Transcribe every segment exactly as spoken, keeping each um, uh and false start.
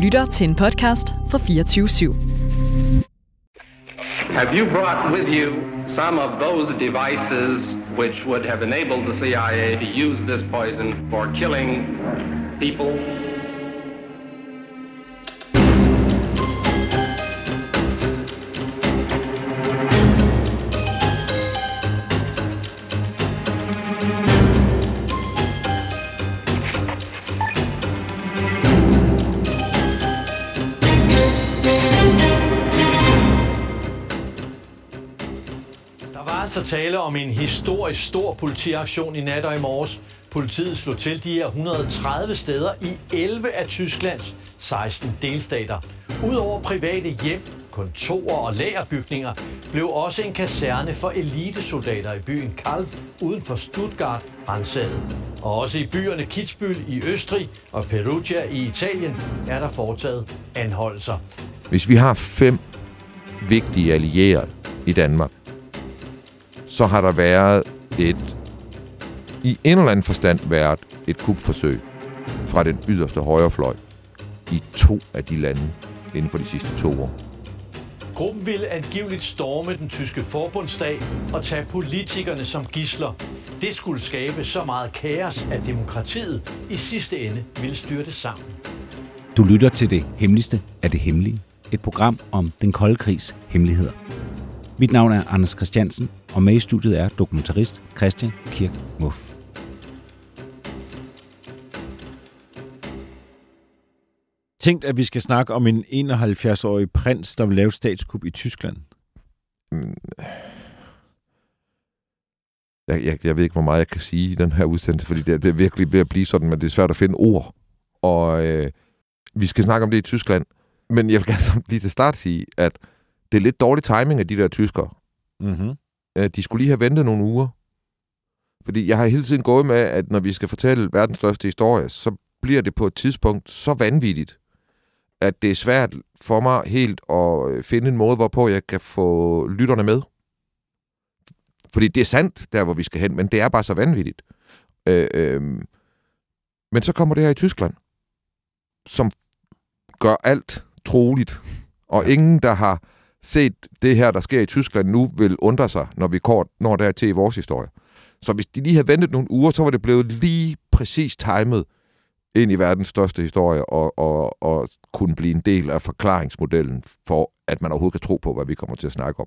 lytter til en podcast fra fireogtyve syv. Have you brought with you some of those devices which would have enabled the C I A to use this poison for killing people? Så tale om en historisk stor politiaktion i nat og i morges. Politiet slog til de her et hundrede og tredive steder i elleve af Tysklands seksten delstater. Udover private hjem, kontorer og lagerbygninger, blev også en kaserne for elitesoldater i byen Calw uden for Stuttgart ransaget. Og også i byerne Kitzbühel i Østrig og Perugia i Italien er der foretaget anholdelser. Hvis vi har fem vigtige allierede i Danmark, så har der været et, i en eller anden forstand været et kupforsøg fra den yderste højrefløj i to af de lande inden for de sidste to år. Gruppen ville angiveligt storme den tyske forbundsdag og tage politikerne som gidsler. Det skulle skabe så meget kaos, at demokratiet i sidste ende ville styrte sammen. Du lytter til det hemmeligste af det hemmelige. Et program om den kolde krigs hemmeligheder. Mit navn er Anders Christiansen, og med i studiet er dokumentarist Christian Kirk Muff. Tænkt, at vi skal snakke om en enoghalvfjerds-årig prins, der vil lave statskup i Tyskland. Jeg, jeg, jeg ved ikke, hvor meget jeg kan sige i den her udsendelse, fordi det, det er virkelig ved at blive sådan, men det er svært at finde ord. Og øh, vi skal snakke om det i Tyskland. Men jeg vil gerne lige til start sige, at det er lidt dårlig timing af de der tyskere. Mm-hmm. De skulle lige have ventet nogle uger. Fordi jeg har hele tiden gået med, at når vi skal fortælle verdens største historie, så bliver det på et tidspunkt så vanvittigt, at det er svært for mig helt at finde en måde, hvorpå jeg kan få lytterne med. Fordi det er sandt, der hvor vi skal hen, men det er bare så vanvittigt. Øh, øh, men så kommer det her i Tyskland, som gør alt troligt. Og ingen, der har set det her, der sker i Tyskland nu, vil undre sig, når vi kort når der til i vores historie. Så hvis de lige havde ventet nogle uger, så var det blevet lige præcis timet ind i verdens største historie, og, og, og kunne blive en del af forklaringsmodellen for, at man overhovedet kan tro på, hvad vi kommer til at snakke om.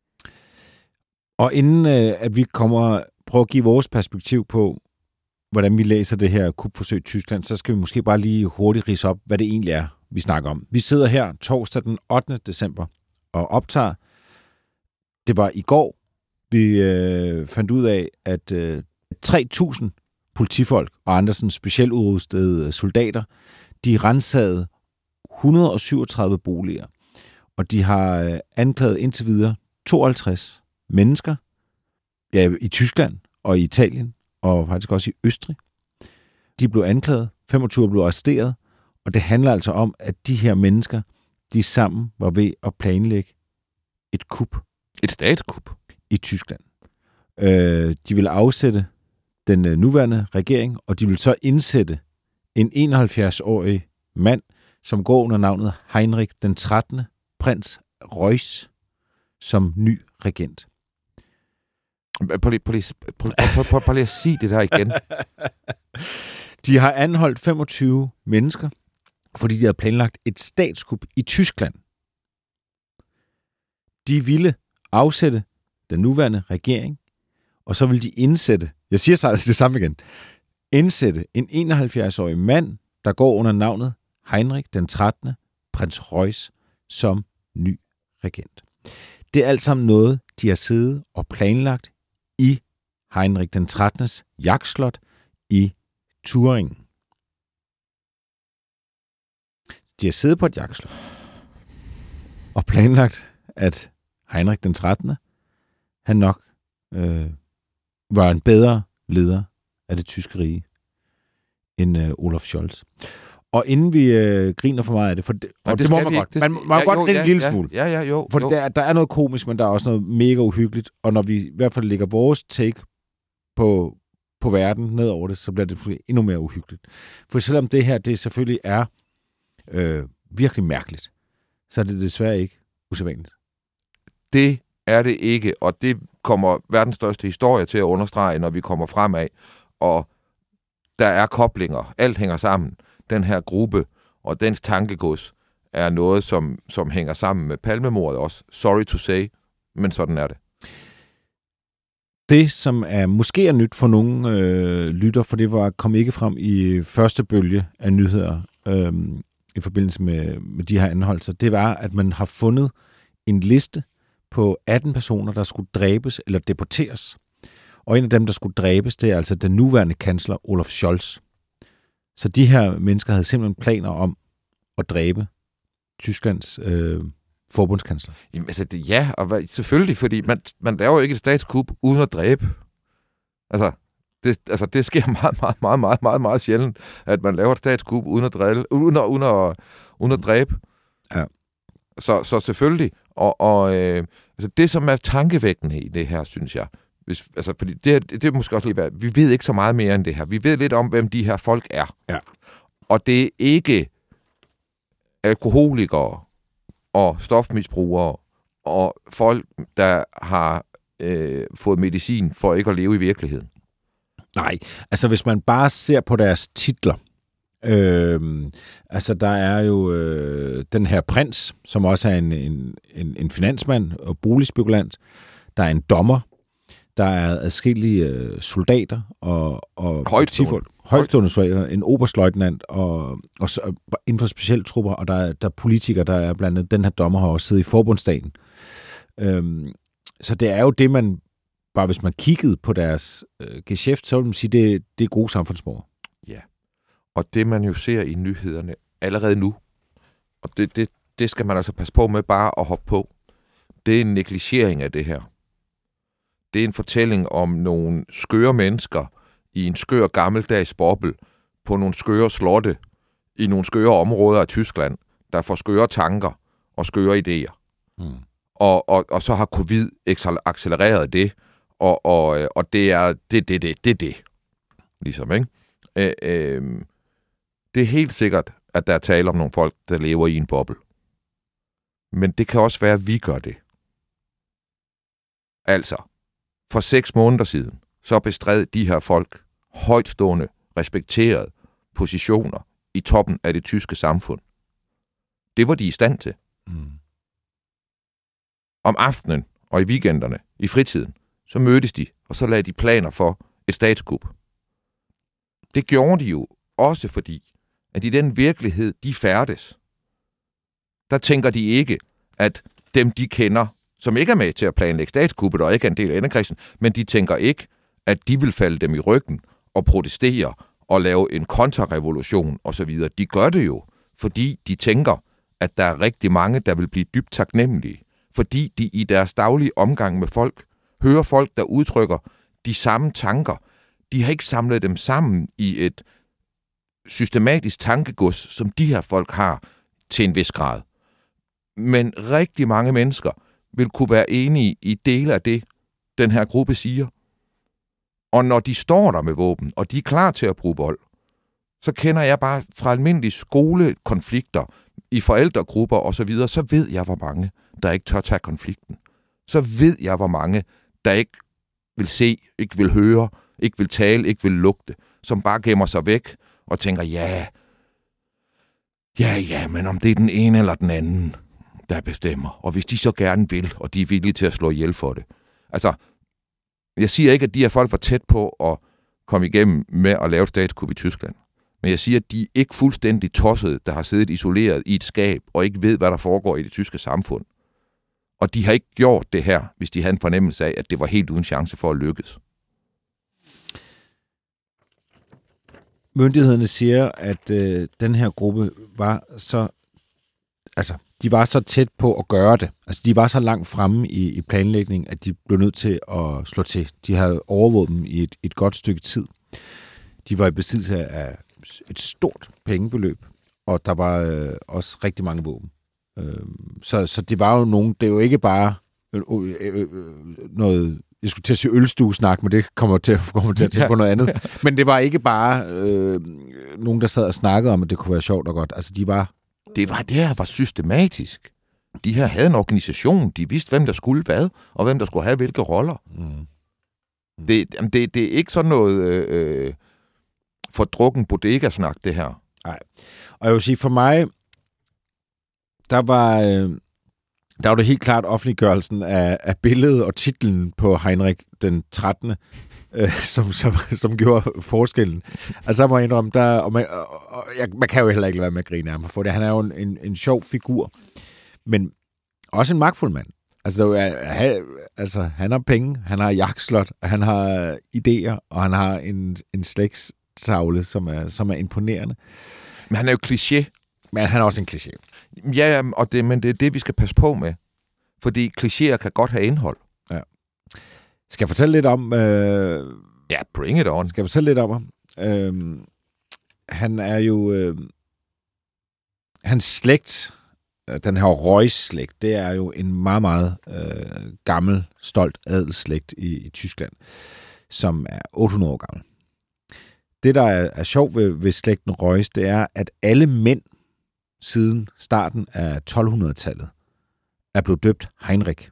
Og inden øh, at vi kommer prøve at give vores perspektiv på, hvordan vi læser det her kupforsøg i Tyskland, så skal vi måske bare lige hurtigt ridse op, hvad det egentlig er, vi snakker om. Vi sidder her torsdag den ottende december og optager. Det var i går, vi øh, fandt ud af, at øh, tre tusind politifolk og andre sådan specielt udrustede soldater, de ransagede et hundrede og syvogtredive boliger, og de har øh, anklaget indtil videre tooghalvtreds mennesker ja, i Tyskland og i Italien og faktisk også i Østrig. De blev anklaget, femogtyve blev arresteret, og det handler altså om, at de her mennesker, de sammen var ved at planlægge et kup. Et statskup? I Tyskland. Øh, de ville afsætte den øh, nuværende regering, og de ville så indsætte en enoghalvfjerds-årig mand, som går under navnet Heinrich den trettende, prins Reuss, som ny regent. Prøv lige, prøv lige, prøv, prøv, prøv, prøv lige at sige det der igen. De har anholdt femogtyve mennesker, fordi de havde planlagt et statskup i Tyskland. De ville afsætte den nuværende regering, og så ville de indsætte, jeg siger så det samme igen, indsætte en enoghalvfjerds-årig mand, der går under navnet Heinrich den trettende, prins Reuss, som ny regent. Det er alt sammen noget, de har siddet og planlagt i Heinrich den trettendes jagtslot i Thuringen. De har siddet på et jagtslot og planlagt, at Heinrich den trettende, han nok øh, var en bedre leder af det tyske rige end øh, Olaf Scholz. Og inden vi øh, griner for meget af det, for det, og det, det må man godt. Man må ja, godt grine ja, en lille ja, smule. Ja, ja, jo. For jo. Der, der er noget komisk, men der er også noget mega uhyggeligt. Og når vi i hvert fald lægger vores take på, på verden ned over det, så bliver det endnu mere uhyggeligt. For selvom det her, det selvfølgelig er øh, virkelig mærkeligt, så er det desværre ikke usædvanligt. Det er det ikke, og det kommer verdens største historie til at understrege, når vi kommer fremad. Og der er koblinger. Alt hænger sammen. Den her gruppe og dens tankegods er noget, som, som hænger sammen med Palmemordet også. Sorry to say, men sådan er det. Det, som er måske er nyt for nogle øh, lytter, for det var kom ikke frem i første bølge af nyheder øh, i forbindelse med, med de her anholdelser, det var, at man har fundet en liste på atten personer, der skulle dræbes eller deporteres. Og en af dem, der skulle dræbes, det er altså den nuværende kansler, Olaf Scholz. Så de her mennesker havde simpelthen planer om at dræbe Tysklands øh, forbundskansler. Jamen, altså, det, ja, og hvad, selvfølgelig, fordi man, man laver jo ikke et statskup uden at dræbe. Altså det, altså, det sker meget, meget, meget, meget, meget, meget sjældent, at man laver et statskup uden at, drille, uden at, uden at, uden at dræbe. Ja. Så, så selvfølgelig. Og, og øh, altså, det, som er tankevækkende i det her, synes jeg, hvis, altså, fordi det, det er måske også lige, vi ved ikke så meget mere end det her. Vi ved lidt om, hvem de her folk er. Ja. Og det er ikke alkoholikere og stofmisbrugere og folk, der har øh, fået medicin for ikke at leve i virkeligheden. Nej, altså hvis man bare ser på deres titler, øh, altså der er jo øh, den her prins, som også er en, en, en, en finansmand og boligspekulant. Der er en dommer. Der er adskillige øh, soldater og, og højtstående. højtstående soldater, en oberstløjtnant og, og så, inden for specialtrupper, og der er, der er politikere, der er blandt andet, den her dommer har også siddet i forbundsdagen. Øhm, så det er jo det, man, bare hvis man kiggede på deres øh, geschæft, så vil man sige, det, det er gode samfundsborgere. Ja, og det man jo ser i nyhederne allerede nu, og det, det, det skal man altså passe på med bare at hoppe på, det er en negligering af det her. Det er en fortælling om nogle skøre mennesker i en skør gammeldags boble på nogle skøre slotte i nogle skøre områder af Tyskland, der får skøre tanker og skøre idéer. Mm. Og, og, og så har covid accelereret det, og, og, og det er det, det, det, det, det. Ligesom, ikke? Æ, øh, det er helt sikkert, at der er tale om nogle folk, der lever i en boble. Men det kan også være, at vi gør det. Altså, for seks måneder siden, så bestred de her folk højtstående, respekterede positioner i toppen af det tyske samfund. Det var de i stand til. Mm. Om aftenen og i weekenderne, i fritiden, så mødtes de, og så lagde de planer for et statskup. Det gjorde de jo også fordi, at i den virkelighed, de færdes, der tænker de ikke, at dem de kender, som ikke er med til at planlægge statskuppet og ikke er en del af inderkredsen, men de tænker ikke, at de vil falde dem i ryggen og protestere og lave en kontrarevolution osv. De gør det jo, fordi de tænker, at der er rigtig mange, der vil blive dybt taknemmelige. Fordi de i deres daglige omgang med folk hører folk, der udtrykker de samme tanker. De har ikke samlet dem sammen i et systematisk tankegods, som de her folk har til en vis grad. Men rigtig mange mennesker vil kunne være enige i dele af det, den her gruppe siger. Og når de står der med våben, og de er klar til at bruge vold, så kender jeg bare fra almindelige skolekonflikter i forældregrupper osv., så ved jeg, hvor mange, der ikke tør tage konflikten. Så ved jeg, hvor mange, der ikke vil se, ikke vil høre, ikke vil tale, ikke vil lugte, som bare gemmer sig væk og tænker, ja, ja, ja, men om det er den ene eller den anden, der bestemmer. Og hvis de så gerne vil, og de er villige til at slå ihjel for det. Altså, jeg siger ikke, at de her folk var tæt på at komme igennem med at lave et statskup i Tyskland. Men jeg siger, at de er ikke fuldstændig tossede, der har siddet isoleret i et skab og ikke ved, hvad der foregår i det tyske samfund. Og de har ikke gjort det her, hvis de havde en fornemmelse af, at det var helt uden chance for at lykkes. Myndighederne siger, at øh, den her gruppe var så, altså, de var så tæt på at gøre det. Altså, de var så langt fremme i, i planlægningen, at de blev nødt til at slå til. De havde overvåget dem i et, et godt stykke tid. De var i besiddelse af et stort pengebeløb, og der var øh, også rigtig mange våben. Øh, så, så det var jo nogen, det er jo ikke bare øh, øh, øh, noget, jeg skulle til at sige ølstuesnak, men det kommer til, kommer til at tænke på noget andet. Men det var ikke bare øh, nogen, der sad og snakkede om, at det kunne være sjovt og godt. Altså, de var, Det var det her var systematisk. De her havde en organisation, de vidste, hvem der skulle hvad, og hvem der skulle have hvilke roller. Mm. Mm. Det, det, det er ikke sådan noget øh, fordrukken bodega-snak, det her. Nej. Og jeg vil sige, for mig, der var, øh, der var det helt klart offentliggørelsen af, af billedet og titlen på Heinrich den trettende, øh, som, som, som gjorde forskellen. Altså, der må jeg indrømme, der, og man, og, og, jeg, man kan jo heller ikke lade være med at grine af mig for det. Han er jo en, en, en sjov figur, men også en magtfuld mand. Altså, er, altså, han har penge, han har jagtslot, han har idéer, og han har en, en slægtstavle, som er, som er imponerende. Men han er jo kliché. Men han er også en kliché. Ja, og det, men det er det, vi skal passe på med. Fordi klichéer kan godt have indhold. Ja. Skal jeg fortælle lidt om... Øh... Ja, bring it on. Skal jeg fortælle lidt om ham? Øh... Han er jo... Øh... Hans slægt, den her Reuss-slægt, det er jo en meget, meget øh, gammel, stolt adelsslægt i, i Tyskland, som er otte hundrede år gammel. Det, der er, er sjovt ved, ved slægten Reuss, det er, at alle mænd siden starten af tolvhundredetallet er blevet døbt Heinrich.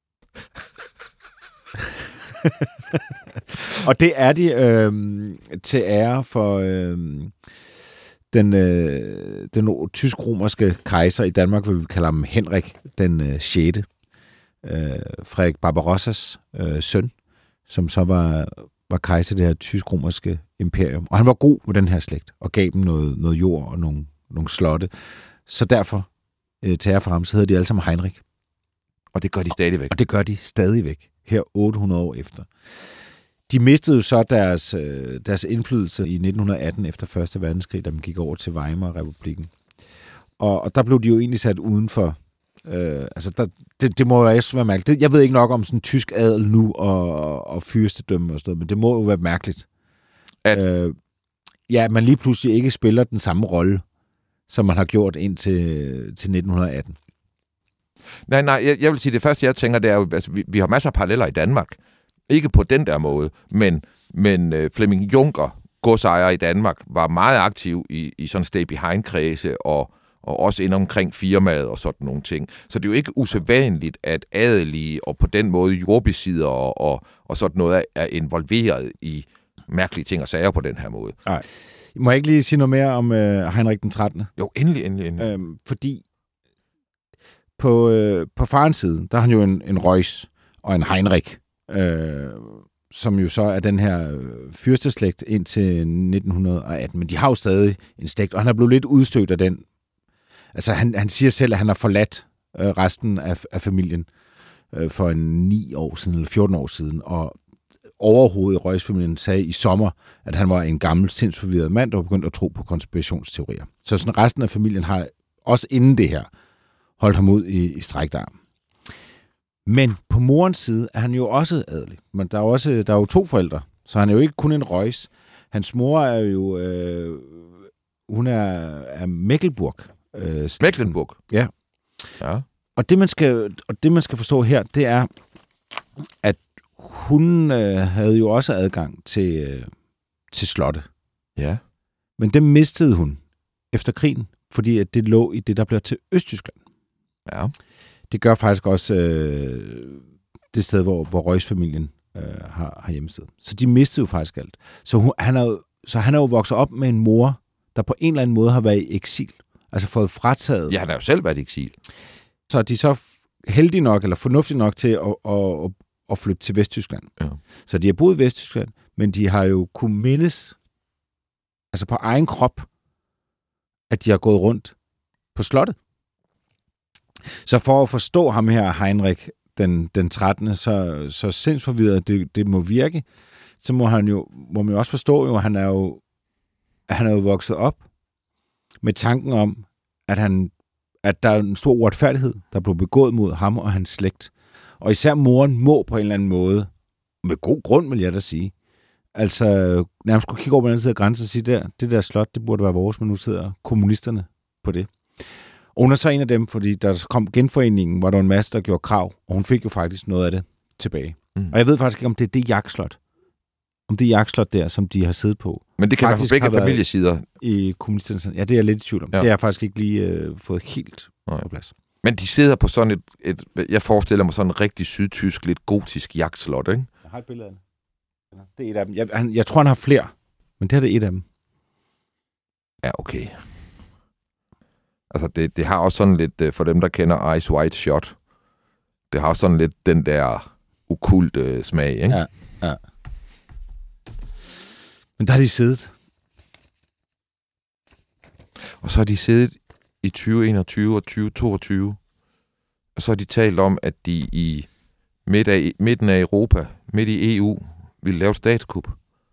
Og det er de øh, til ære for øh, den, øh, den tysk-romerske kejser i Danmark, vil vi kalde ham Henrik den øh, sjette. Øh, Frederik Barbarossas øh, søn, som så var, var kejser i det her tysk-romerske imperium. Og han var god med den her slægt, og gav dem noget, noget jord og nogle, nogle slotte. Så derfor, øh, til ære for ham, så hedder de alle sammen Heinrich. Og det gør de stadigvæk. Og det gør de stadigvæk, her otte hundrede år efter. De mistede jo så deres, øh, deres indflydelse i nitten atten efter første verdenskrig, da man gik over til Weimar-republikken. Og, og der blev de jo egentlig sat uden for... Øh, altså, der, det, det må jo også være mærkeligt. Jeg ved ikke nok om sådan tysk adel nu og, og fyrstedømme og sådan noget, men det må jo være mærkeligt. At øh, ja, man lige pludselig ikke spiller den samme rolle, som man har gjort indtil til nitten atten. Nej, nej, jeg, jeg vil sige, det første, jeg tænker, det er jo, altså, vi, vi har masser af paralleller i Danmark. Ikke på den der måde, men, men uh, Flemming Juncker, godsejer i Danmark, var meget aktiv i, i sådan stay-behind-kredse, og, og også ind omkring firmaet og sådan nogle ting. Så det er jo ikke usædvanligt, at adelige og på den måde jordbesidder og, og, og sådan noget er, er involveret i mærkelige ting og sager på den her måde. Nej. Må jeg ikke lige sige noget mere om uh, Heinrich den trettende? Jo, endelig, endelig, endelig. Øhm, fordi på, øh, på farens side, der har han jo en, en Reuss og en Heinrich, øh, som jo så er den her øh, fyrsteslægt indtil nitten atten. Men de har jo stadig en slægt, og han er blevet lidt udstødt af den. Altså, han, han siger selv, at han har forladt øh, resten af, af familien øh, for en ni år siden, eller fjorten år siden, og overhovedet i Reuss-familien sagde i sommer, at han var en gammel, sindsforvirret mand, der var begyndt at tro på konspirationsteorier. Så sådan resten af familien har også inden det her holdt ham ud i, i strækt arm. Men på morens side er han jo også adelig. Men der er, også, der er jo to forældre, så han er jo ikke kun en Reuss. Hans mor er jo, øh, hun er, er Mecklenburg. Øh, Mecklenburg? Ja. Ja. Og det, man skal, og det, man skal forstå her, det er, at hun øh, havde jo også adgang til, øh, til slottet. Ja. Men dem mistede hun efter krigen, fordi at det lå i det, der blev til Østtyskland. Ja. Det gør faktisk også øh, det sted, hvor, hvor Reuss-familien øh, har, har hjemsted. Så de mistede jo faktisk alt. Så, hun, han er jo, så han er jo vokset op med en mor, der på en eller anden måde har været i eksil. Altså fået frataget. Ja, han har jo selv været i eksil. Så er de så heldige nok, eller fornuftige nok til at, at, at, at flytte til Vesttyskland. Ja. Så de har boet i Vesttyskland, men de har jo kunnet mindes, altså på egen krop, at de har gået rundt på slottet. Så for at forstå ham her, Heinrich den, den trettende, så, så sindsforvirret det, det må virke, så må han jo, må man jo også forstå, jo, at han er jo, at han er jo vokset op med tanken om, at, han, at der er en stor uretfærdighed, der blev begået mod ham og hans slægt. Og især moren må på en eller anden måde, med god grund vil jeg da sige, altså nærmest kunne kigge over på den anden side af grænsen og sige, der, det der slot, det burde være vores, men nu sidder kommunisterne på det. Og hun er så en af dem, fordi da der kom genforeningen, var der en masse, der gjorde krav, og hun fik jo faktisk noget af det tilbage. Mm. Og jeg ved faktisk ikke, om det er det jagtslot, om det jagtslot der, som de har siddet på. Men det kan faktisk være på begge familiesider. I kommunisterne. Ja, det er jeg lidt i tvivl om. Ja. Det har jeg faktisk ikke lige øh, fået helt Nej. på plads. Men de sidder på sådan et, et, jeg forestiller mig sådan en rigtig sydtysk, lidt gotisk jagtslot, ikke? Jeg har et billede af det. Det er et af dem. Jeg, han, jeg tror, han har flere, men det her det er et af dem. Ja, okay. Altså, det, det har også sådan lidt, for dem, der kender Ice White Shot, det har også sådan lidt den der okulte smag, ikke? Ja, ja. Men der har de siddet. Og så har de siddet i tyve enogtyve og tyve toogtyve, og så har de talt om, at de i midt af, midten af Europa, midt i E U, ville lave et statskup.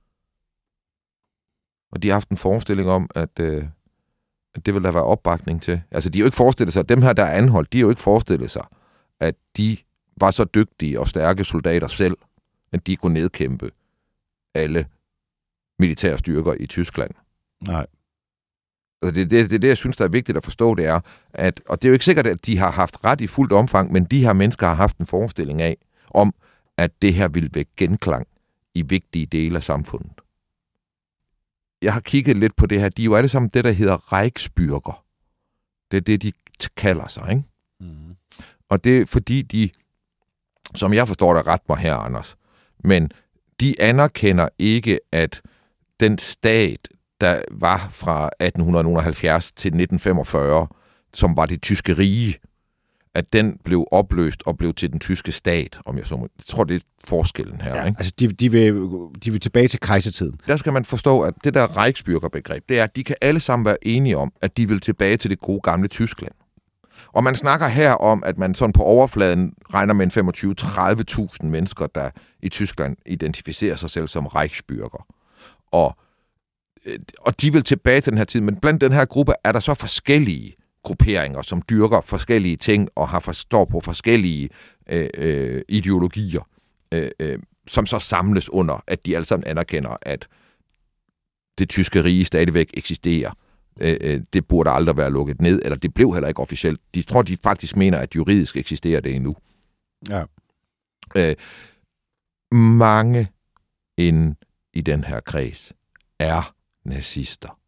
Og de har haft en forestilling om, at, øh, at det vil der være opbakning til. Altså, de har jo ikke forestillet sig, at dem her, der er anholdt, de har jo ikke forestillet sig, at de var så dygtige og stærke soldater selv, at de kunne nedkæmpe alle militære styrker i Tyskland. Nej. Altså det, det, det, det, jeg synes, der er vigtigt at forstå, det er, at, og det er jo ikke sikkert, at de har haft ret i fuldt omfang, men de her mennesker har haft en forestilling af, om, at det her vil vække genklang i vigtige dele af samfundet. Jeg har kigget lidt på det her. De er jo alle sammen det, der hedder Reichsbürger. Det er det, de kalder sig, ikke? Mm. Og det er fordi de, som jeg forstår det, ret mig her, Anders, men de anerkender ikke, at den stat, der var fra atten enoghalvfjerds til nitten femogfyrre, som var det tyske rige, at den blev opløst og blev til den tyske stat, om jeg så må. Jeg tror, det er forskellen her. Ja, ikke? Altså, de, de, vil, de vil tilbage til kejsertiden. Der skal man forstå, at det der Reichsbürgerbegreb, det er, at de kan alle sammen være enige om, at de vil tilbage til det gode gamle Tyskland. Og man snakker her om, at man sådan på overfladen regner med en femogtyve til tredive tusind mennesker, der i Tyskland identificerer sig selv som Reichsbürger. Og, og de vil tilbage til den her tid, men blandt den her gruppe er der så forskellige grupperinger, som dyrker forskellige ting og har forstår på forskellige øh, øh, ideologier, øh, øh, som så samles under, at de alle sammen anerkender, at det tyske rige stadigvæk eksisterer. Øh, øh, det burde aldrig være lukket ned, eller det blev heller ikke officielt. De tror, de faktisk mener, at juridisk eksisterer det endnu. Ja. Øh, mange inde i den her kreds er nazister.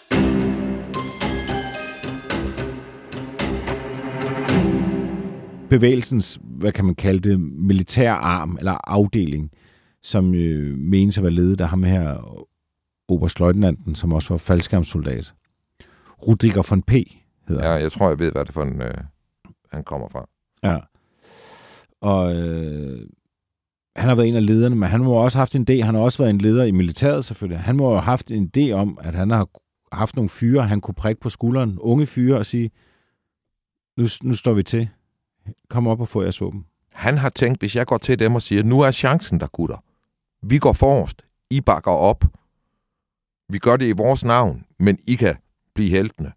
Bevægelsens, hvad kan man kalde det, militær arm eller afdeling, som øh, menes at være ledet af ham her, oberstløjtnanten, som også var faldskærmssoldat. Rudiger von P. hedder Ja, jeg tror, jeg ved, hvad det for en, øh, han kommer fra. Ja. Og øh, han har været en af lederne, men han må også have haft en idé. Han har også været en leder i militæret, selvfølgelig. Han må have haft en idé om, at han har haft nogle fyre, han kunne prikke på skulderen, unge fyre, og sige, nu, nu står vi til. Kom op og få jeres våben. Han har tænkt, hvis jeg går til dem og siger, nu er chancen der, gutter. Vi går forrest. I bakker op. Vi gør det i vores navn, men I kan blive heltene.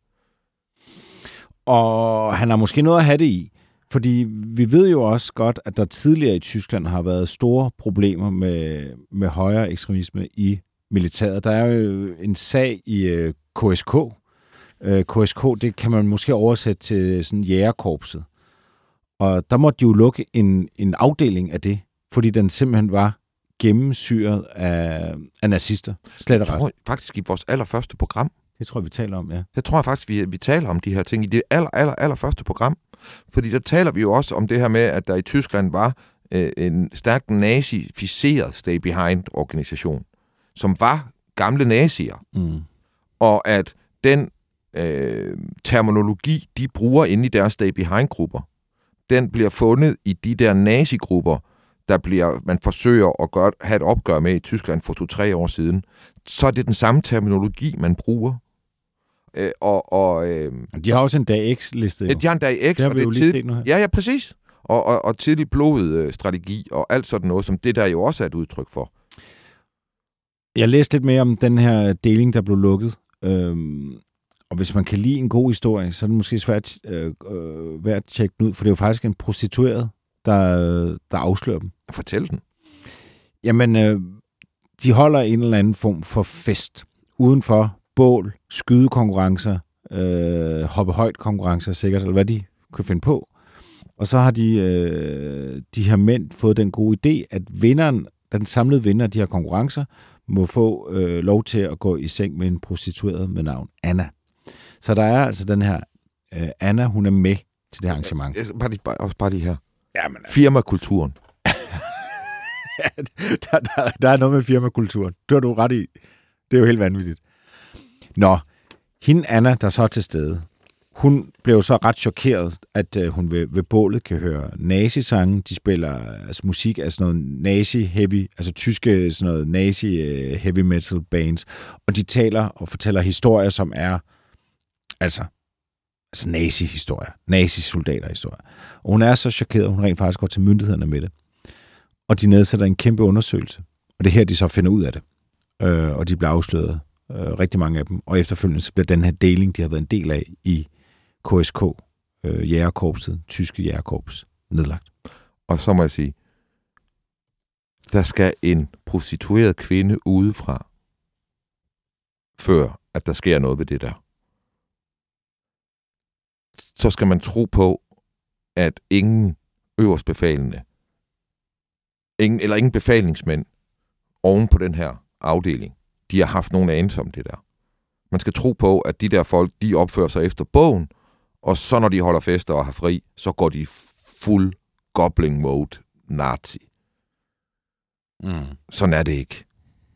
Og han har måske noget at have det i, fordi vi ved jo også godt, at der tidligere i Tyskland har været store problemer med, med højre ekstremisme i militæret. Der er jo en sag i uh, K S K. Uh, K S K, det kan man måske oversætte til sådan jægerkorpset. Og der måtte de jo lukke en, en afdeling af det, fordi den simpelthen var gennemsyret af, af nazister. Slet og ret. Jeg tror faktisk i vores allerførste program. Det tror jeg, vi taler om, ja. Jeg tror faktisk, vi, vi taler om de her ting i det aller, aller, allerførste program. Fordi der taler vi jo også om det her med, at der i Tyskland var øh, en stærkt nazificeret stay-behind-organisation, som var gamle nazier. Mm. Og at den øh, terminologi, de bruger inde i deres stay-behind-grupper, den bliver fundet i de der nazigrupper, der bliver, man forsøger at gøre, have et opgør med i Tyskland for to-tre år siden. Så er det den samme terminologi, man bruger. Øh, og, og, øh, de har også en dag X-liste. De har en dag X. Det har vi jo lige set nu her. Ja, ja, præcis. Og, og, og tidlig blodstrategi og alt sådan noget, som det der jo også er et udtryk for. Jeg læste lidt mere om den her deling, der blev lukket. Øhm, og hvis man kan lide en god historie, så er det måske svært øh, øh, værd at tjekke den ud, for det er jo faktisk en prostitueret, der, der afslører dem. Fortæl den. Jamen, øh, de holder en eller anden form for fest. Udenfor bål, skydekonkurrencer, øh, hoppe højt konkurrencer sikkert, eller hvad de kan finde på. Og så har de, øh, de her mænd fået den gode idé, at vinderen, den samlede vinder af de her konkurrencer må få øh, lov til at gå i seng med en prostitueret med navn Anna. Så der er altså den her øh, Anna, hun er med til det her arrangement. Jeg, bare, lige, bare, også bare lige her. Jamen, altså. Firmakulturen. der, der, der er noget med firmakulturen. Det har du ret i. Det er jo helt vanvittigt. Nå, hende Anna, der så er til stede, hun blev så ret chokeret, at øh, hun ved, ved bålet kan høre nazi-sange. De spiller altså, musik af sådan noget nazi-heavy, altså tyske sådan noget nazi-heavy metal bands. Og de taler og fortæller historier, som er altså, altså nazi-historier, nazi-soldater-historier. Og hun er så chokeret, at hun rent faktisk går til myndighederne med det. Og de nedsætter en kæmpe undersøgelse. Og det er her, de så finder ud af det. Øh, og de bliver afsløret, øh, rigtig mange af dem. Og efterfølgende så bliver den her deling, de har været en del af i K S K, øh, jægerkorpset, tyske jægerkorps, nedlagt. Og så må jeg sige, der skal en prostitueret kvinde udefra, før at der sker noget ved det der. Så skal man tro på, at ingen øverstbefalende, ingen, eller ingen befalingsmænd oven på den her afdeling, de har haft nogen anelse om det der. Man skal tro på, at de der folk, de opfører sig efter bogen, og så når de holder fester og har fri, så går de fuld gobling mode nazi. Mm. Sådan er det ikke.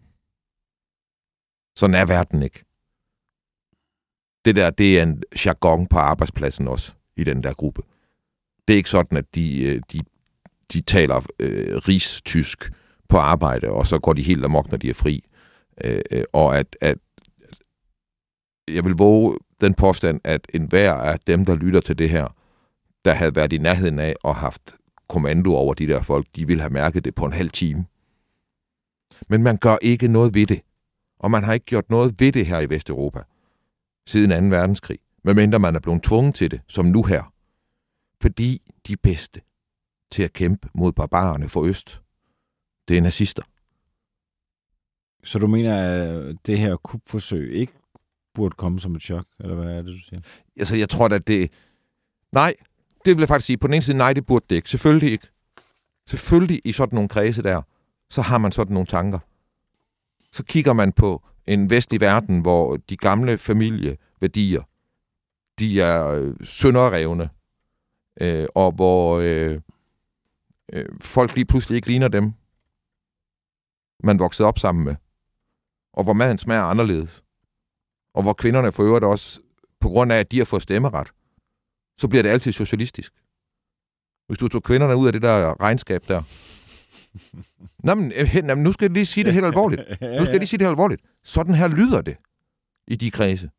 Sådan er verden ikke. Det der, det er en jargon på arbejdspladsen også, i den der gruppe. Det er ikke sådan, at de, de, de taler øh, rigstysk på arbejde, og så går de helt amok, når de er fri. Øh, og at, at jeg vil våge den påstand, at enhver af dem, der lytter til det her, der havde været i nærheden af og haft kommando over de der folk, de ville have mærket det på en halv time. Men man gør ikke noget ved det. Og man har ikke gjort noget ved det her i Vesteuropa siden anden verdenskrig. Medmindre man er blevet tvunget til det, som nu her. Fordi de bedste til at kæmpe mod barbarerne for øst, det er nazister. Så du mener, at det her kupforsøg ikke burde komme som et chok, eller hvad er det, du siger? Altså, jeg tror at det... Nej, det vil jeg faktisk sige. På den ene side, nej, det burde det ikke. Selvfølgelig ikke. Selvfølgelig i sådan nogle kredse der, så har man sådan nogle tanker. Så kigger man på en vestlig verden, hvor de gamle familieværdier, de er øh, sønderrevne, øh, og hvor øh, øh, folk lige pludselig ikke ligner dem, man voksede op sammen med, og hvor maden smager anderledes, og hvor kvinderne for øvrigt også, på grund af, at de har fået stemmeret, så bliver det altid socialistisk. Hvis du tog kvinderne ud af det der regnskab der. Nå, men, jamen, nu skal jeg lige sige det helt alvorligt. Nu skal jeg lige sige det helt alvorligt. Sådan her lyder det i de kredse.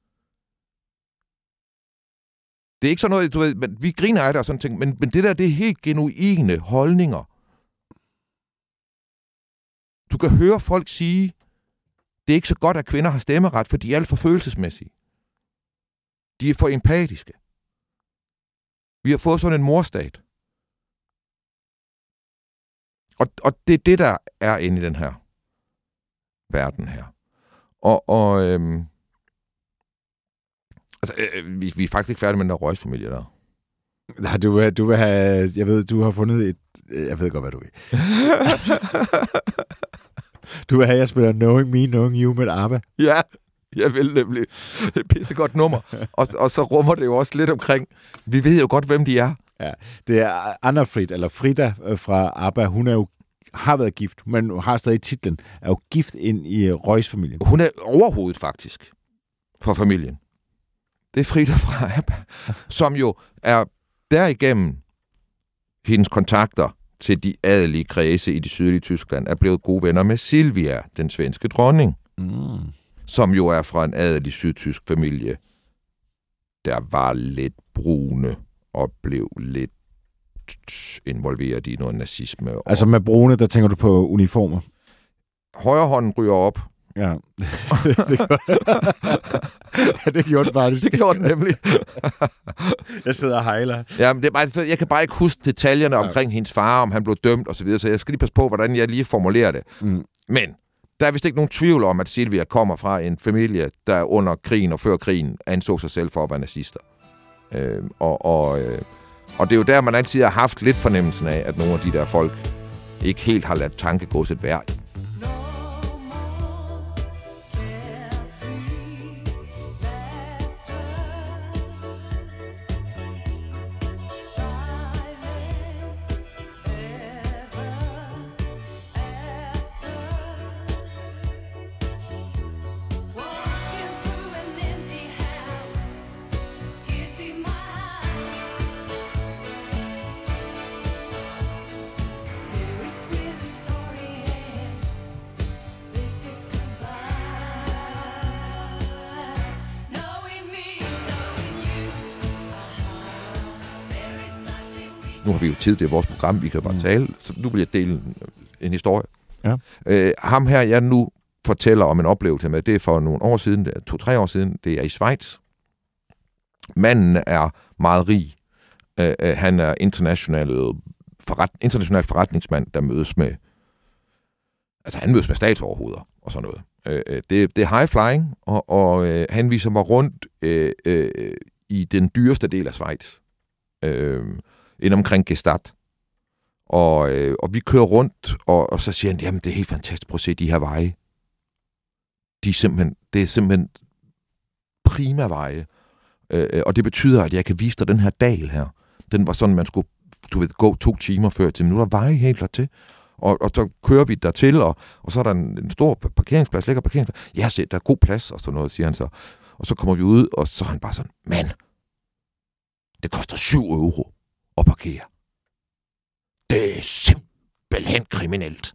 Det er ikke sådan noget, du ved, men vi griner af det og sådan ting, men, men det der, det er helt genuine holdninger. Du kan høre folk sige, det er ikke så godt, at kvinder har stemmeret, for de er alt for følelsesmæssige. De er for empatiske. Vi har fået sådan en morstat. Og, og det er det, der er inde i den her verden her. Og, og øhm, altså, øh, vi, vi er faktisk ikke færdige med den der Røjs-familie der. Nej, du vil, du vil have, jeg ved, du har fundet et, jeg ved godt, hvad du vil. Du vil have, at jeg spiller Knowing Me, Knowing You med ABBA. Ja, jeg vil nemlig. Det er et pissegodt nummer. Og, og så rummer det jo også lidt omkring, vi ved jo godt, hvem de er. Ja, det er Anna Frid, eller Frida fra ABBA. Hun er jo, har været gift, men har stadig titlen, er jo gift ind i Røjs-familien. Hun er overhovedet faktisk for familien. Det er Frida fra ABBA, som jo er derigennem hendes kontakter til de adelige kredse i det sydlige Tyskland, er blevet gode venner med Silvia, den svenske dronning, mm. som jo er fra en adelig sydtysk familie, der var lidt brune og blev lidt involveret i noget nazisme. Og altså med brune, der tænker du på uniformer? Højre hånden ryger op. Ja, det, det gjorde det faktisk. Det gjorde det nemlig. Jeg sidder og hejler. Ja, men det er bare, jeg kan bare ikke huske detaljerne ja. omkring hendes far, om han blev dømt og så videre, så jeg skal lige passe på, hvordan jeg lige formulerer det. Mm. Men der er vist ikke nogen tvivl om, at Silvia kommer fra en familie, der under krigen og før krigen anså sig selv for at være nazister. Øh, og, og, øh, og det er jo der, man altid har haft lidt fornemmelsen af, at nogle af de der folk, ikke helt har ladt tankegodset være. Nu har vi jo tid, det er vores program, vi kan bare tale, så nu vil jeg dele en, en historie. Ja. Øh, ham her, jeg nu fortæller om en oplevelse med, det er for nogle år siden, det er to-tre år siden, det er i Schweiz. Manden er meget rig. Øh, øh, han er international, forret, international forretningsmand, der mødes med, altså han mødes med statsoverhoveder og sådan noget. Øh, det, det er high flying, og, og øh, han viser mig rundt øh, øh, i den dyreste del af Schweiz. Øh, ind omkring Gstaad. Og, øh, og vi kører rundt, og, og så siger han, jamen det er helt fantastisk, prøv at se de her veje. De er simpelthen, det er simpelthen prima veje. Øh, og det betyder, at jeg kan vise dig den her dal her. Den var sådan, man skulle, du ved, gå to timer før til, men nu er der veje helt dertil. Og, og så kører vi dertil, og, og så er der en, en stor parkeringsplads, lækker parkeringsplads. Ja, se, der er god plads, og sådan noget, siger han så. Og så kommer vi ud, og så er han bare sådan, mand, det koster syv euro at parkere. Det er simpelthen kriminelt.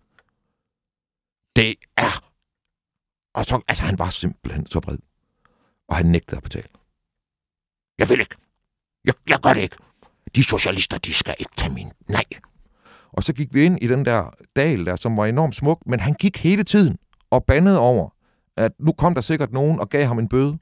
Det er. Og så, altså han var simpelthen så vred. Og han nægtede at betale. Jeg vil ikke. Jeg, jeg gør det ikke. De socialister, de skal ikke tage min. Nej. Og så gik vi ind i den der dal der, som var enormt smuk, men han gik hele tiden og bandede over, at nu kom der sikkert nogen og gav ham en bøde.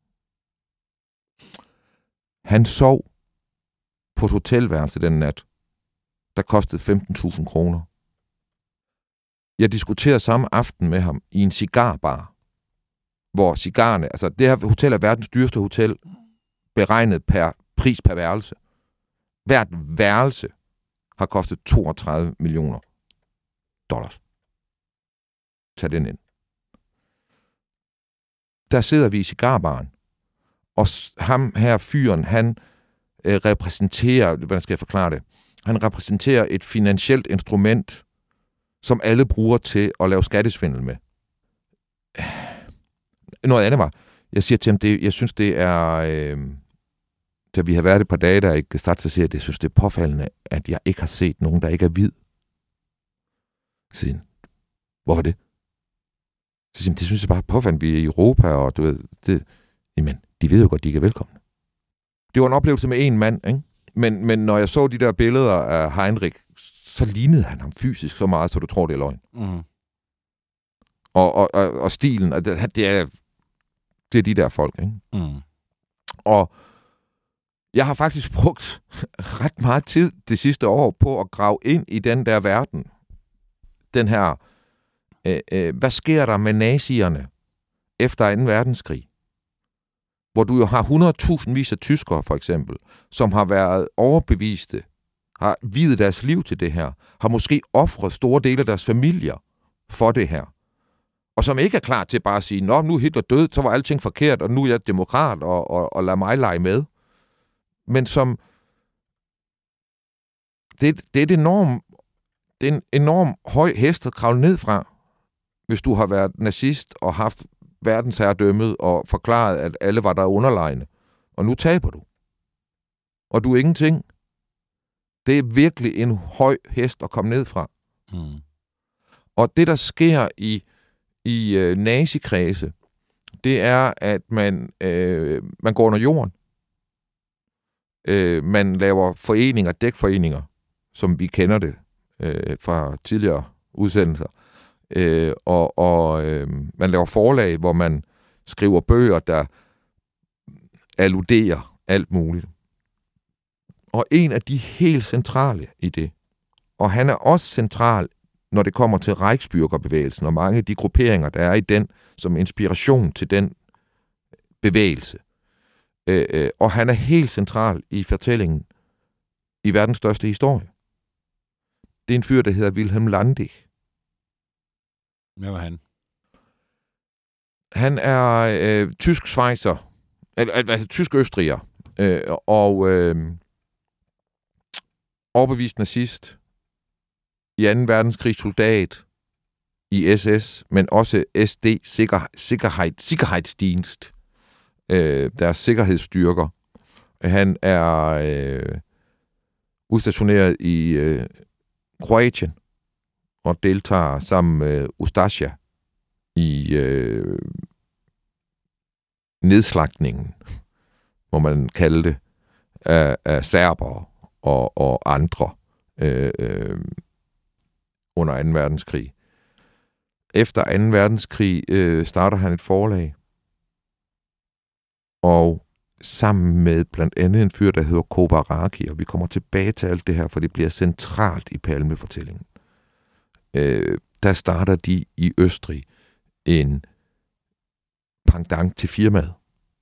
Han sov på et hotelværelse den nat, der kostede femten tusind kroner. Jeg diskuterede samme aften med ham i en cigarbar, hvor cigarerne, altså det her hotel er verdens dyreste hotel, beregnet per pris per værelse. Hvert værelse har kostet toogtredive millioner dollars. Tag den ind. Der sidder vi i cigarbaren, og ham her fyren, han øh, repræsenterer, hvordan skal jeg forklare det? Han repræsenterer et finansielt instrument, som alle bruger til at lave skattesvindel med. Noget andet var, jeg siger til ham, det, jeg synes, det er, øh, da vi har været et par dage, der ikke start til at sige, at jeg synes, det er påfaldende, at jeg ikke har set nogen, der ikke er hvid. Så siger han, hvorfor det? Så siger han, det synes jeg bare er påfaldende, vi er i Europa, og du ved, det, jamen, de ved jo godt, de ikke er velkomne. Det var en oplevelse med en mand, ikke? Men, men når jeg så de der billeder af Heinrich, så lignede han ham fysisk så meget, så du tror, det er løgn. Mm. Og, og, og, og stilen, og det, det, er, det er de der folk, ikke? Mm. Og jeg har faktisk brugt ret meget tid det sidste år på at grave ind i den der verden. Den her, øh, øh, hvad sker der med nazierne efter anden verdenskrig? Hvor du jo har hundredtusindvis af tyskere, for eksempel, som har været overbeviste, har videt deres liv til det her, har måske ofret store dele af deres familier for det her, og som ikke er klar til bare at sige, nå, nu er Hitler død, så var alting forkert, og nu er jeg demokrat, og, og, og lad mig lege med. Men som, det, det er et enormt, det er en enorm høj hest at kravle ned fra, hvis du har været nazist og haft verdensherredømmet og forklaret, at alle var der underlegne. Og nu taber du. Og du er ingenting. Det er virkelig en høj hest at komme ned fra. Mm. Og det, der sker i, i øh, nazikredse, det er, at man, øh, man går under jorden. Øh, man laver foreninger, dækforeninger, som vi kender det øh, fra tidligere udsendelser. Øh, og og øh, man laver forlag, hvor man skriver bøger, der alluderer alt muligt. Og en af de helt centrale i det, og han er også central, når det kommer til Reichsbürgerbevægelsen, og mange af de grupperinger, der er i den, som inspiration til den bevægelse. Øh, øh, og han er helt central i fortællingen i verdens største historie. det er en fyr, der hedder Wilhelm Landig. Hvad var han? Han er øh, tysk-svejser, altså, altså tysk-østriger, øh, og øh, overbevist nazist, i anden verdenskrig soldat i S S, men også S D, Sikker, Sikkerhed, Sikkerhedsdienst, øh, deres sikkerhedsstyrker. Han er øh, udstationeret i øh, Kroatien og deltager sammen med Ustasja i øh, nedslagtningen, må man kalde det, af, af serbere og, og andre øh, øh, under anden verdenskrig. Efter anden verdenskrig øh, starter han et forlag, og sammen med blandt andet en fyr, der hedder Kovaraki, og vi kommer tilbage til alt det her, for det bliver centralt i Palme-fortællingen. Øh, der starter de i Østrig en pendant til firmaet.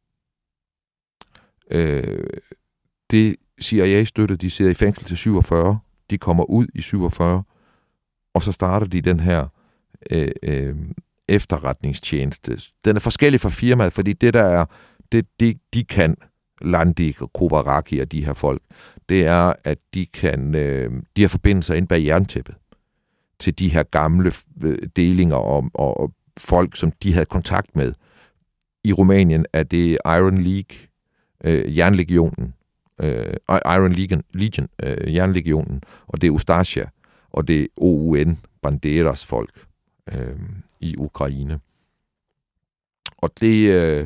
Øh, det C I A-støtte, de sidder i fængsel til syvogfyrre, de kommer ud i syvogfyrre, og så starter de den her øh, øh, efterretningstjeneste. Den er forskellig fra firmaet, fordi det der er, det de, de kan, Landig og Kovaraki og de her folk, det er, at de kan, øh, de har forbindelser ind bag jerntæppet til de her gamle delinger og, og, og folk, som de havde kontakt med. I Rumænien er det Iron League, øh, Jernlegionen, øh, Iron Legion, Legion øh, Jernlegionen, og det er Ustasja, og det er O U N, Banderas folk øh, i Ukraine. Og det, øh,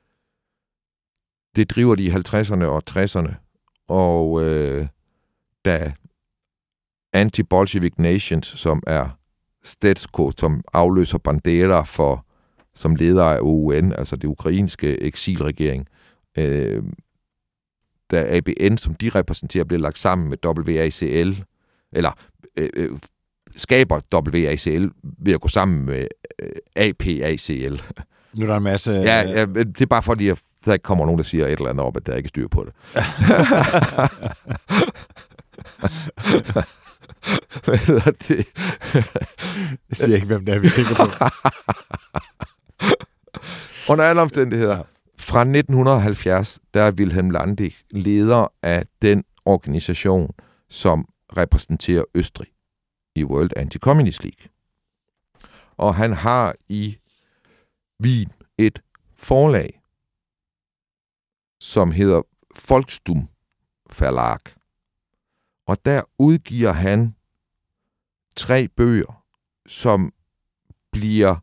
det driver de i halvtredserne og tresserne, og øh, da Anti-Bolshevik Nations, som er Stetsko, som afløser Bandera for, som leder af O U N, altså det ukrainske eksilregering, øh, da A B N, som de repræsenterer, bliver lagt sammen med W A C L, eller øh, skaber W A C L ved at gå sammen med øh, A P A C L. Nu er der en masse... Ja, ja, det er bare fordi, at der ikke kommer nogen, der siger et eller andet op, at der ikke er styr på det. Hvad hedder det? Jeg siger ikke, hvem det er, vi tænker på. Under alle omstændigheder, fra nitten halvfjerds, der er Wilhelm Landig leder af den organisation, som repræsenterer Østrig i World Anti-Communist League. Og han har i Wien et forlag, som hedder Volkstum Verlag. Og der udgiver han tre bøger, som bliver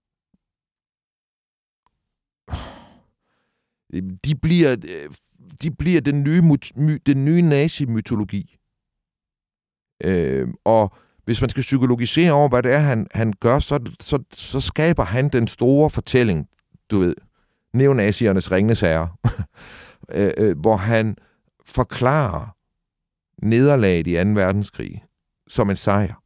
de bliver de bliver den nye den nye nazi-mytologi. Øh, og hvis man skal psykologisere over, hvad det er, han, han gør, så, så, så skaber han den store fortælling, du ved, neonaziernes Ringenes Herre, øh, øh, hvor han forklarer nederlaget i anden verdenskrig som en sejr.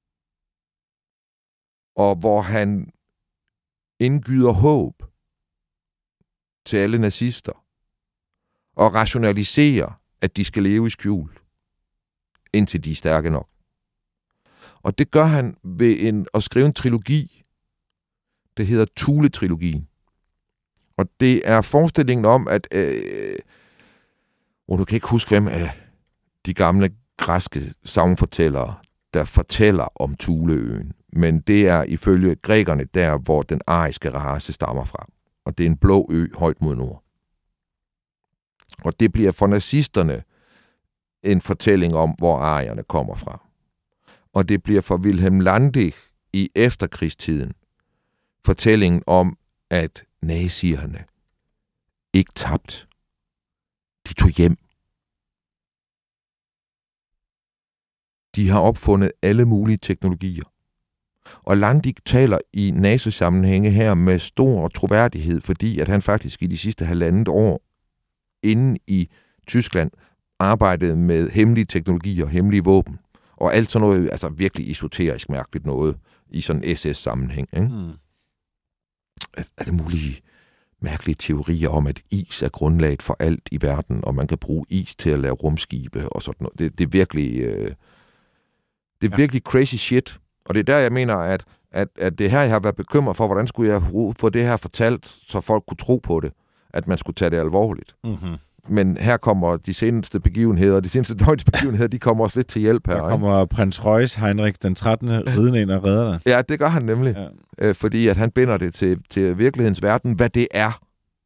Og hvor han indgyder håb til alle nazister og rationaliserer, at de skal leve i skjul, indtil de er stærke nok. Og det gør han ved en, at skrive en trilogi, det hedder Thule-trilogien. Og det er forestillingen om, at øh, og du kan ikke huske, hvem af de gamle græske sagnfortællere, der fortæller om Thuleøen. Men det er ifølge grækerne der, hvor den ariske race stammer fra. Og det er en blå ø højt mod nord. Og det bliver for nazisterne en fortælling om, hvor arierne kommer fra. Og det bliver for Wilhelm Landig i efterkrigstiden fortællingen om, at nazierne ikke tabt. De tog hjem. De har opfundet alle mulige teknologier. Og Landig taler i nazi-sammenhænge her med stor troværdighed, fordi at han faktisk i de sidste halvandet år inde i Tyskland arbejdede med hemmelige teknologier, hemmelige våben, og alt sådan noget, altså virkelig esoterisk mærkeligt noget i sådan en S S-sammenhæng. Ikke? Mm. Er det mulige mærkelige teorier om, at is er grundlaget for alt i verden, og man kan bruge is til at lave rumskibe og sådan noget. Det, det er virkelig... Øh, det Det er ja. virkelig crazy shit. Og det er der, jeg mener, at, at, at det her, jeg har været bekymret for, hvordan skulle jeg få det her fortalt, så folk kunne tro på det, at man skulle tage det alvorligt. Mm-hmm. Men her kommer de seneste begivenheder, de seneste døgns begivenheder, de kommer også lidt til hjælp her. Der kommer ikke? Prins Reuss, Heinrich den trettende ridende ind og redder dig. Ja, det gør han nemlig. Ja. Øh, fordi at han binder det til, til virkelighedens verden, hvad det er.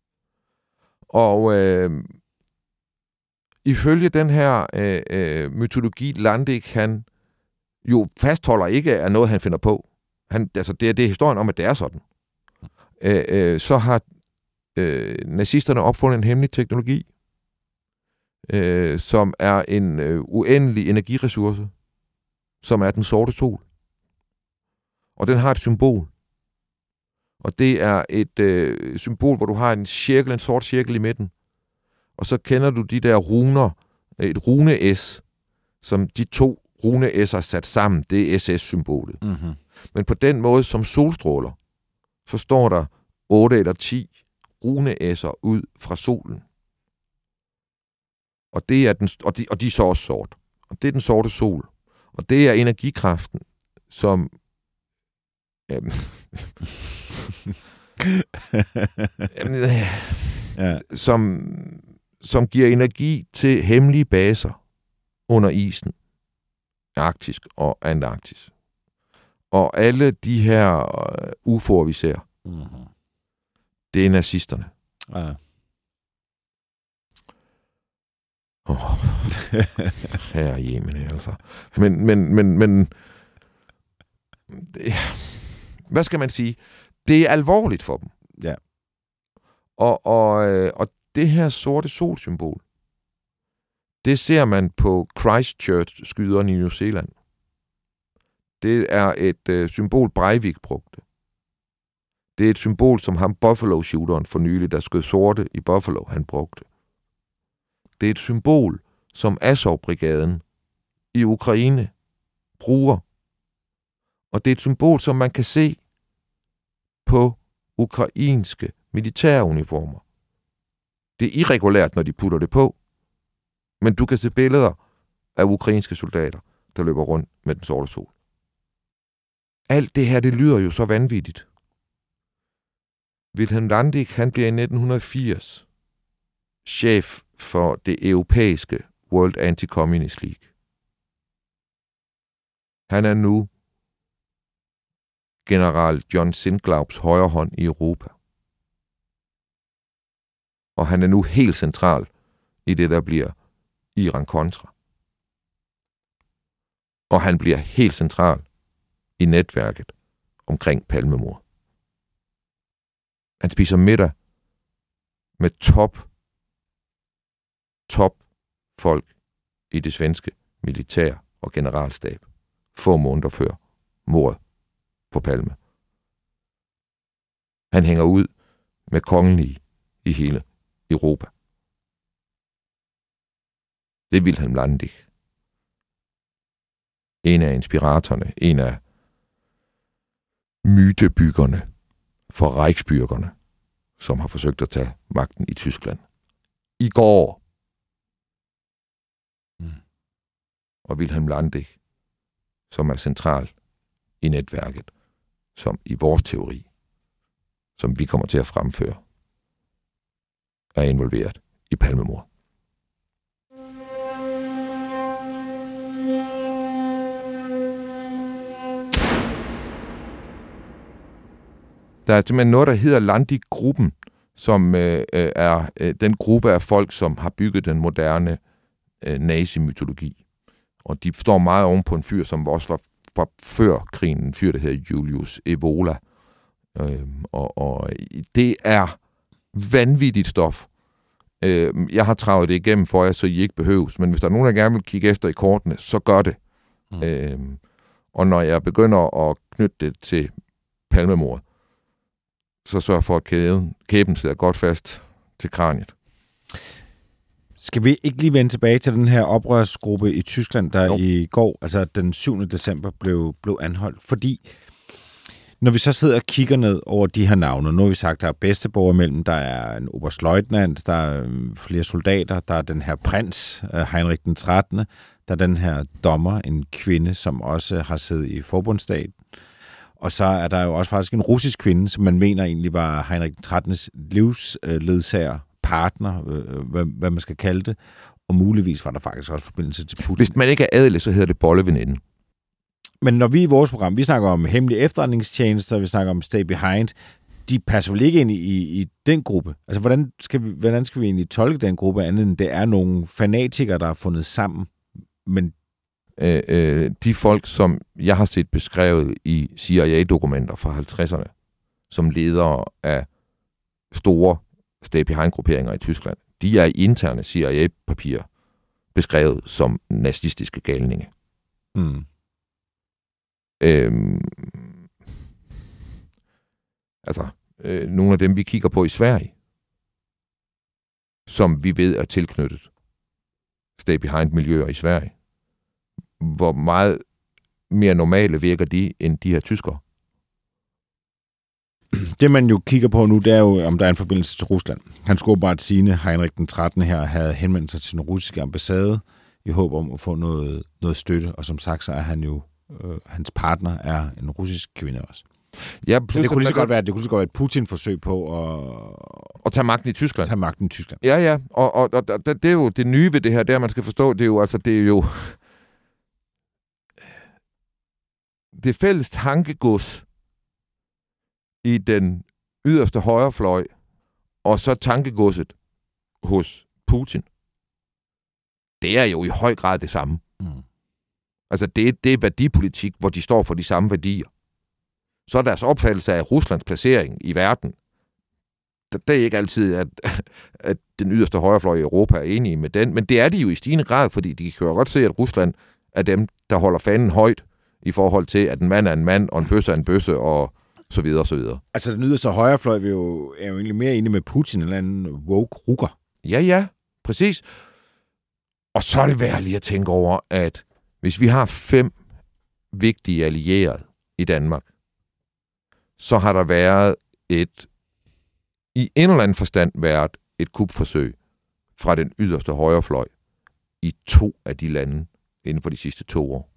Og øh, ifølge den her øh, øh, mytologi, Landik, han jo fastholder ikke er noget, han finder på. Han, altså, det, er, det er historien om, at det er sådan. Øh, øh, så har øh, nazisterne opfundet en hemmelig teknologi, øh, som er en øh, uendelig energiressource, som er den sorte sol. Og den har et symbol. Og det er et øh, symbol, hvor du har en cirkel, en sort cirkel i midten. Og så kender du de der runer, et rune-S, som de to rune-S'er er sat sammen. Det er S S-symbolet. Mm-hmm. Men på den måde, som solstråler, så står der otte eller ti rune-S'er ud fra solen. Og, det er den, og, de, og de er så også sort. Og det er den sorte sol. Og det er energikraften, som... Øhm, ja. som, som giver energi til hemmelige baser under isen. Arktisk og Antarktis. Og alle de her uh, U F O'er, vi ser, mm-hmm. det er nazisterne. Ja. Oh. Herre Yemen, altså. Men, men, men, men det, hvad skal man sige? Det er alvorligt for dem. Ja. Og, og, og det her sorte solsymbol, det ser man på Christchurch-skyderne i New Zealand. Det er et øh, symbol, Breivik brugte. Det er et symbol, som ham Buffalo-shooteren for nylig, der skød sorte i Buffalo, han brugte. Det er et symbol, som Azov-brigaden i Ukraine bruger. Og det er et symbol, som man kan se på ukrainske militæruniformer. Det er irregulært, når de putter det på, men du kan se billeder af ukrainske soldater, der løber rundt med den sorte sol. Alt det her, det lyder jo så vanvittigt. Wilhelm Landik, han bliver i nitten firs chef for det europæiske World Anti-Communist League. Han er nu general John Sindlaubs højre hånd i Europa. Og han er nu helt central i det, der bliver Iran-Contra. Og han bliver helt central i netværket omkring Palmemord. Han spiser middag med top, top folk i det svenske militær og generalstab få måneder før mordet på Palme. Han hænger ud med kongelige i hele Europa. Det er Wilhelm Landik. En af inspiratorerne, en af mytebyggerne for Reichsbürgerne, som har forsøgt at tage magten i Tyskland. I går. Mm. Og Wilhelm Landik, som er central i netværket, som i vores teori, som vi kommer til at fremføre, er involveret i Palmemord. Der er simpelthen noget, der hedder Landik-gruppen, som øh, er øh, den gruppe af folk, som har bygget den moderne øh, nazi-mytologi. Og de står meget oven på en fyr, som også var fra før krigen, en fyr, der hedder Julius Evola. Øh, og, og det er vanvittigt stof. Øh, jeg har travet det igennem for jer, så I ikke behøves. Men hvis der er nogen, der gerne vil kigge efter i kortene, så gør det. Mm. Øh, og når jeg begynder at knytte det til Palmemordet, så sørg for, at kæden, kæben sidder godt fast til kraniet. Skal vi ikke lige vende tilbage til den her oprørsgruppe i Tyskland, der jo. i går, altså den syvende december, blev, blev anholdt? Fordi Når vi så sidder og kigger ned over de her navne, nu har vi sagt, at der er bedsteborger imellem, der er en oberstløjtnant, der er flere soldater, der er den her prins, Heinrich den trettende, der er den her dommer, en kvinde, som også har siddet i forbundsstaten. Og så er der jo også faktisk en russisk kvinde, som man mener egentlig var Heinrich den trettendes livsledsager, partner, hvad, hvad man skal kalde det. Og muligvis var der faktisk også forbindelse til Putin. Hvis man ikke er adelig, så hedder det bolleveninde. Men når vi i vores program, vi snakker om hemmelige efterretningstjenester, vi snakker om stay behind, de passer vel ikke ind i, i, i den gruppe? Altså, hvordan skal, vi, hvordan skal vi egentlig tolke den gruppe, andet end det er nogle fanatikere, der har fundet sammen? Men øh, øh, de folk, som jeg har set beskrevet i C I A-dokumenter fra halvtredserne, som ledere af store stay behind-grupperinger i Tyskland, de er i interne C I A-papirer beskrevet som nazistiske galninge. Mm. Øhm, altså, øh, nogle af dem, vi kigger på i Sverige, som vi ved er tilknyttet stay-behind-miljøer i Sverige. Hvor meget mere normale virker de, end de her tyskere? Det, man jo kigger på nu, det er jo, om der er en forbindelse til Rusland. Han skulle bare sige, Heinrich den trettende her havde henvendt sig til den russiske ambassade i håb om at få noget, noget støtte, og som sagt, så er han jo, øh, hans partner er en russisk kvinde også. Ja, så det kunne lige så godt være, det kunne lige så godt være et Putin-forsøg på at... at tage magten i Tyskland. Tage magten i Tyskland. Ja, ja, og, og, og, og det er jo det nye ved det her, der man skal forstå, det er jo, altså, det er jo det fælles tankegods i den yderste højrefløj, og så tankegodset hos Putin. Det er jo i høj grad det samme. Mm. Altså, det, det er værdipolitik, hvor de står for de samme værdier. Så er deres opfattelse af Ruslands placering i verden, det er ikke altid, at, at den yderste højrefløj i Europa er enige med den, men det er de jo i stigende grad, fordi de kan jo godt se, at Rusland er dem, der holder fanden højt i forhold til, at en mand er en mand, og en bøsse er en bøsse, og så videre, og så videre. Altså, den yderste højrefløj er jo, er jo egentlig mere enig med Putin, eller en woke rukker. Ja, ja, præcis. Og så er det værd lige at tænke over, at hvis vi har fem vigtige allierede i Danmark, så har der været et, i en eller anden forstand været et kupforsøg fra den yderste højrefløj i to af de lande inden for de sidste to år.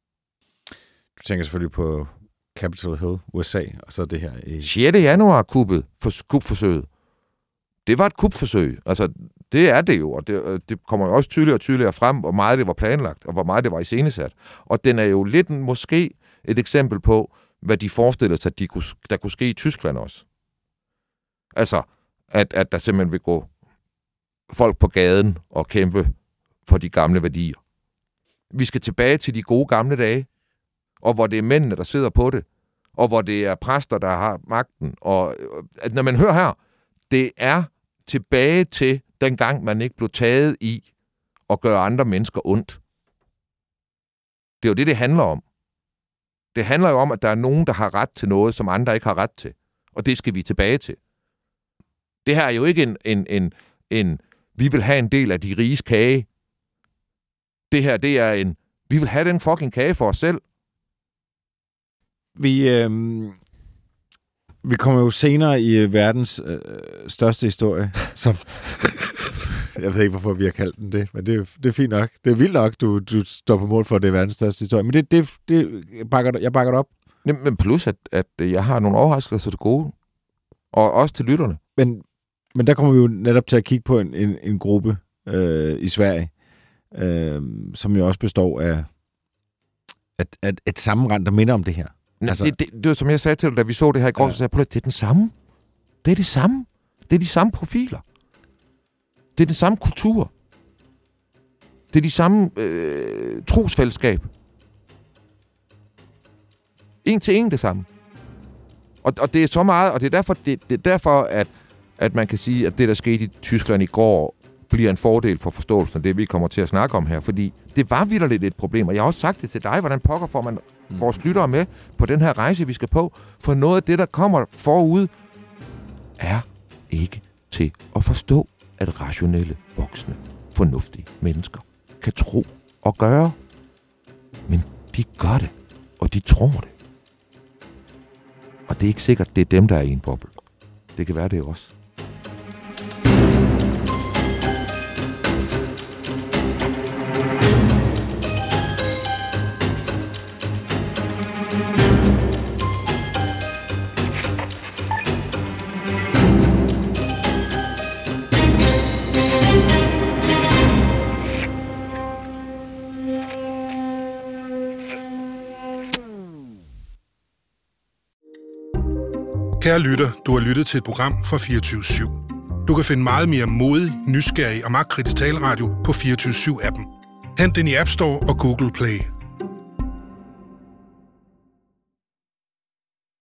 Du tænker selvfølgelig på Capitol Hill, U S A, og så det her... I... sjette januar kuppet, for kupforsøget. Det var et kupforsøg. Altså, det er det jo, og det, det kommer jo også tydeligere og tydeligere frem, hvor meget det var planlagt, og hvor meget det var iscenesat. Og den er jo lidt en, måske et eksempel på, hvad de forestillede sig, at de kunne, der kunne ske i Tyskland også. Altså, at, at der simpelthen vil gå folk på gaden og kæmpe for de gamle værdier. Vi skal tilbage til de gode gamle dage, og hvor det er mændene, der sidder på det, og hvor det er præster, der har magten. Og at når man hører her, det er tilbage til dengang, man ikke blev taget i at gøre andre mennesker ondt. Det er jo det, det handler om. Det handler jo om, at der er nogen, der har ret til noget, som andre ikke har ret til. Og det skal vi tilbage til. Det her er jo ikke en, en, en, en vi vil have en del af de riges kage. Det her, det er en, vi vil have den fucking kage for os selv. Vi, øh, vi kommer jo senere i verdens øh, største historie, som... Jeg ved ikke, hvorfor vi har kaldt den det, men det, det er fint nok. Det er vildt nok, du, du står på mål for, at det er verdens største historie. Men det, det, det bakker, jeg bakker det op. Men plus, at, at jeg har nogle overraskelser til gode. Og også til lytterne. Men, men der kommer vi jo netop til at kigge på en, en, en gruppe øh, i Sverige, øh, som jo også består af et, et, et sammenrend, der minder om det her. Altså, det, det, det var som jeg sagde til dig, da vi så det her i går, ja. Så sagde jeg, det er den samme. Det er det samme. Det er de samme profiler. Det er den samme kultur. Det er de samme øh, trosfællesskab. En til en det samme. Og, og det er så meget, og det er derfor, det, det er derfor at, at man kan sige, at det, der skete i Tyskland i går, bliver en fordel for forståelsen af det, vi kommer til at snakke om her. Fordi det var vitterligt et problem, og jeg har også sagt det til dig, hvordan pokker får man vores lyttere med på den her rejse, vi skal på. For noget af det, der kommer forud, er ikke til at forstå, at rationelle, voksne, fornuftige mennesker kan tro og gøre. Men de gør det, og de tror det. Og det er ikke sikkert, det er dem, der er i en boble. Det kan være, det er også. Kære lytter, du har lyttet til et program fra fireogtyve syv. Du kan finde meget mere modig, nysgerrig og magtkritisk taleradio på fireogtyve syv appen. Hent den i App Store og Google Play.